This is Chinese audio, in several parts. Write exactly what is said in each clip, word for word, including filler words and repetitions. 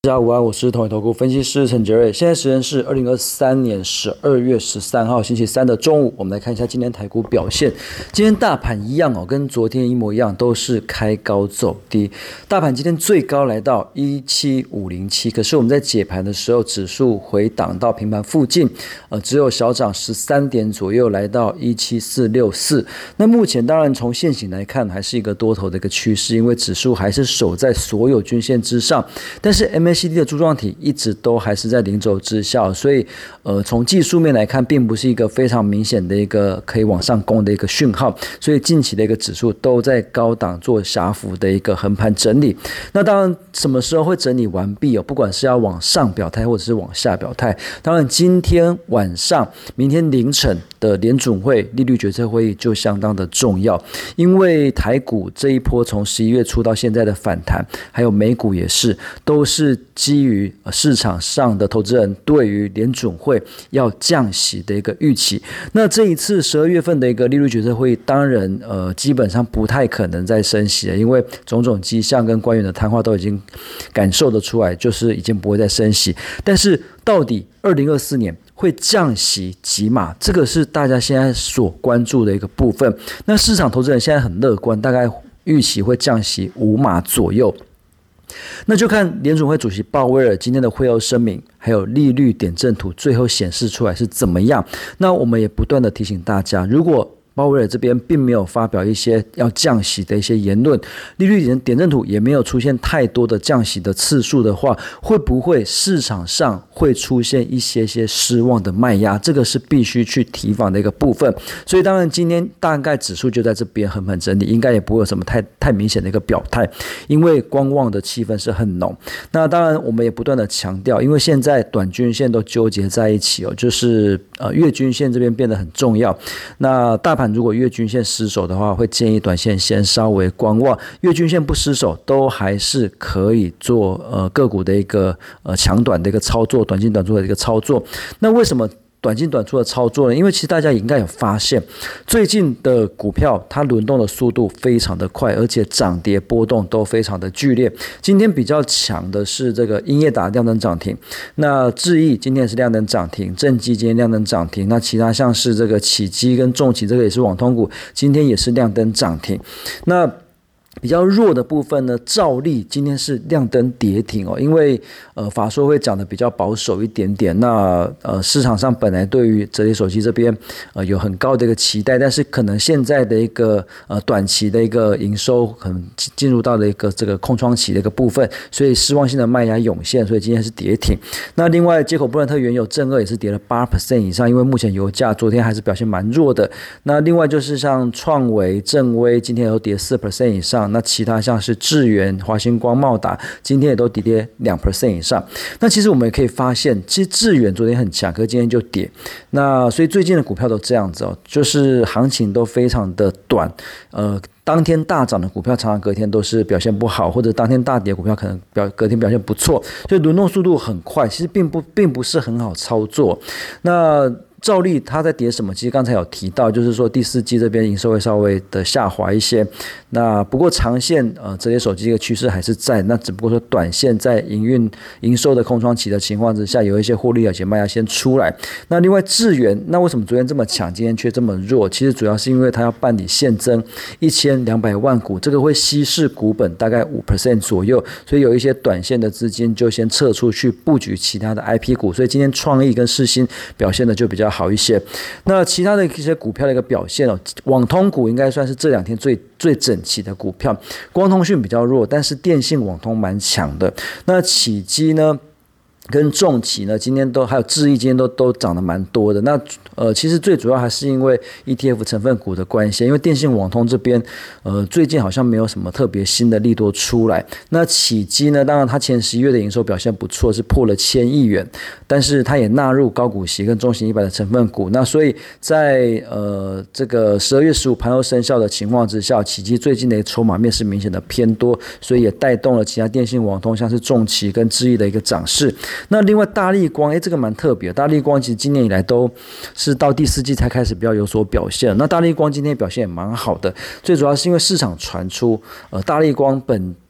大家午安，我是统一投顾分析师陈杰瑞。现在时间是二零二三年十二月十三号星期三的中午，我们来看一下今天台股表现。今天大盘一样哦，跟昨天一模一样，都是开高走低。大盘今天最高来到一七五零七，可是我们在解盘的时候，指数回档到平盘附近，呃，只有小涨十三点左右，来到一七四六四。那目前当然从现形来看，还是一个多头的一个趋势，因为指数还是守在所有均线之上，但是 M A C D 的柱状体一直都还是在零轴之下，所以呃从技术面来看，并不是一个非常明显的一个可以往上攻的一个讯号，所以近期的一个指数都在高档做狭幅的一个横盘整理。那当然什么时候会整理完毕哦？不管是要往上表态或者是往下表态，当然今天晚上、明天凌晨的联准会利率决策会议就相当的重要，因为台股这一波从十一月初到现在的反弹，还有美股也是，都是基于市场上的投资人对于联准会要降息的一个预期。那这一次十二月份的一个利率决策会议，当然呃基本上不太可能再升息了，因为种种迹象跟官员的谈话都已经感受得出来，就是已经不会再升息。但是到底二零二四年会降息几码，这个是大家现在所关注的一个部分。那市场投资人现在很乐观，大概预期会降息五码左右。那就看联准会主席鲍威尔今天的会后声明，还有利率点阵图最后显示出来是怎么样。那我们也不断的提醒大家，如果鲍威尔这边并没有发表一些要降息的一些言论，利率点阵图也没有出现太多的降息的次数的话，会不会市场上会出现一些些失望的卖压？这个是必须去提防的一个部分。所以当然今天大概指数就在这边横盘整理，应该也不会有什么太太明显的一个表态，因为观望的气氛是很浓。那当然我们也不断的强调，因为现在短均线都纠结在一起哦，就是呃月均线这边变得很重要。那大盘如果月均线失守的话，会建议短线先稍微观望；月均线不失守，都还是可以做呃个股的一个呃强短的一个操作，短进短出的一个操作。那为什么短进短出的操作呢？因为其实大家应该有发现，最近的股票它轮动的速度非常的快，而且涨跌波动都非常的剧烈。今天比较强的是这个英业达亮灯涨停，那智毅今天也是亮灯涨停，正基今天亮灯涨停，那其他像是这个启基跟重启，这个也是网通股，今天也是亮灯涨停。那比较弱的部分呢，兆利今天是亮灯跌停哦，因为呃法说会讲的比较保守一点点，那呃市场上本来对于折叠手机这边呃有很高的一个期待，但是可能现在的一个呃短期的一个营收可能进入到了一个这个空窗期的一个部分，所以失望性的卖压涌现，所以今天是跌停。那另外接口布兰特原油正二也是跌了 百分之八 以上，因为目前油价昨天还是表现蛮弱的。那另外就是像创维、正威今天也都跌 百分之四 以上。那其他像是智原、华星光、茂达，今天也都跌跌 百分之二 以上。那其实我们也可以发现，其实智原昨天很强，可是今天就跌。那所以最近的股票都这样子哦，就是行情都非常的短，呃。当天大涨的股票常常隔天都是表现不好，或者当天大跌的股票可能表隔天表现不错，所以轮动速度很快，其实并不并不是很好操作。那兆利它在跌什么？其实刚才有提到，就是说第四季这边营收会稍微的下滑一些。那不过长线呃折叠手机这个趋势还是在，那只不过说短线在营运营收的空窗期的情况之下，有一些获利了结卖压先出来。那另外智原，那为什么昨天这么强，今天却这么弱？其实主要是因为它要办理现增一千两百万股，这个会稀释股本大概 百分之五 左右，所以有一些短线的资金就先撤出去布局其他的 I P 股，所以今天创意跟世新表现的就比较好一些。那其他的一些股票的一个表现哦，网通股应该算是这两天最最整齐的股票，光通讯比较弱，但是电信网通蛮强的。那启基呢？跟重企呢，今天都还有智毅，今天都都涨得蛮多的。那呃，其实最主要还是因为 E T F 成分股的关系，因为电信网通这边呃最近好像没有什么特别新的利多出来。那启基呢，当然它前十一月的营收表现不错，是破了千亿元，但是它也纳入高股息跟中型一百的成分股。那所以在呃这个十二月十五盘后生效的情况之下，启基最近的筹码面是明显的偏多，所以也带动了其他电信网通，像是重企跟智毅的一个涨势。那另外大立光，哎，这个蛮特别的。大立光其实今年以来都是到第四季才开始比较有所表现。那大立光今天表现也蛮好的，最主要是因为市场传出，呃，大立光本季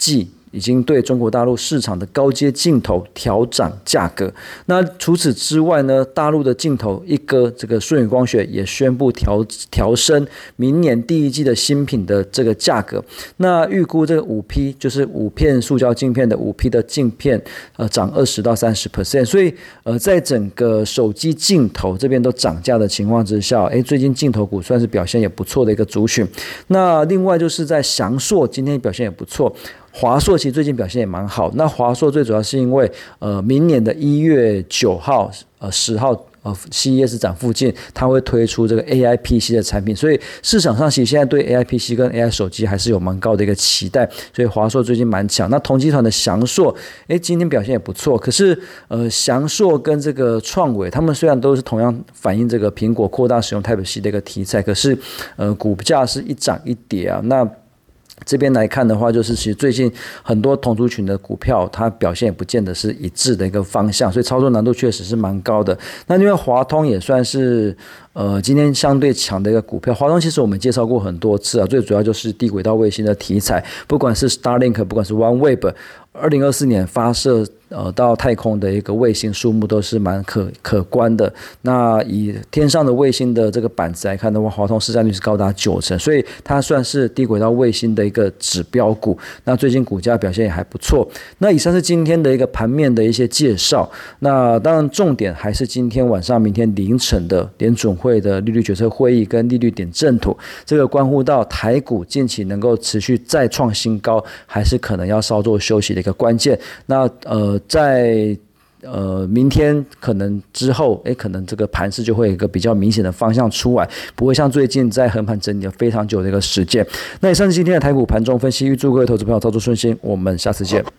已经对中国大陆市场的高阶镜头调涨价格。那除此之外呢，大陆的镜头一哥这个舜宇光学也宣布调调升明年第一季的新品的这个价格。那预估这个五 P 就是五片塑胶镜片的五 P 的镜片，呃，涨二十到三十 percent。所以，呃，在整个手机镜头这边都涨价的情况之下，哎，最近镜头股算是表现也不错的一个族群。那另外就是在祥硕今天表现也不错。华硕其实最近表现也蛮好，那华硕最主要是因为呃明年的一月九号、呃十号呃 C E S 展附近，它会推出这个 A I P C 的产品，所以市场上其实现在对 A I P C 跟 A I 手机还是有蛮高的一个期待，所以华硕最近蛮强。那同集团的祥硕，哎，今天表现也不错，可是呃祥硕跟这个创惟，他们虽然都是同样反映这个苹果扩大使用 Type C 的一个题材，可是呃股价是一涨一跌啊，那。这边来看的话，就是其实最近很多同族群的股票，它表现也不见得是一致的一个方向，所以操作难度确实是蛮高的。那因为华通也算是呃今天相对强的一个股票，华通其实我们介绍过很多次啊，最主要就是低轨道卫星的题材，不管是 Starlink， 不管是 OneWeb， 二零二四年发射呃到太空的一个卫星数目都是蛮可可观的。那以天上的卫星的这个板子来看的话，华通市占率是高达九成，所以它算是低轨道卫星的一个指标股。那最近股价表现也还不错。那以上是今天的一个盘面的一些介绍。那当然重点还是今天晚上、明天凌晨的联准会的利率决策会议跟利率点阵图，这个关乎到台股近期能够持续再创新高，还是可能要稍作休息的一个关键。那呃。在呃明天可能之后，哎，可能这个盘势就会有一个比较明显的方向出来，不会像最近在横盘整理了非常久的一个时间。那以上是今天的台股盘中分析，预祝各位投资朋友操作顺心，我们下次见。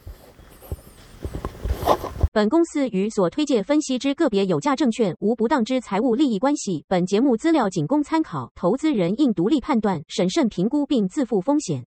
本公司与所推介分析之个别有价证券无不当之财务利益关系，本节目资料仅供参考，投资人应独立判断、审慎评估并自负风险。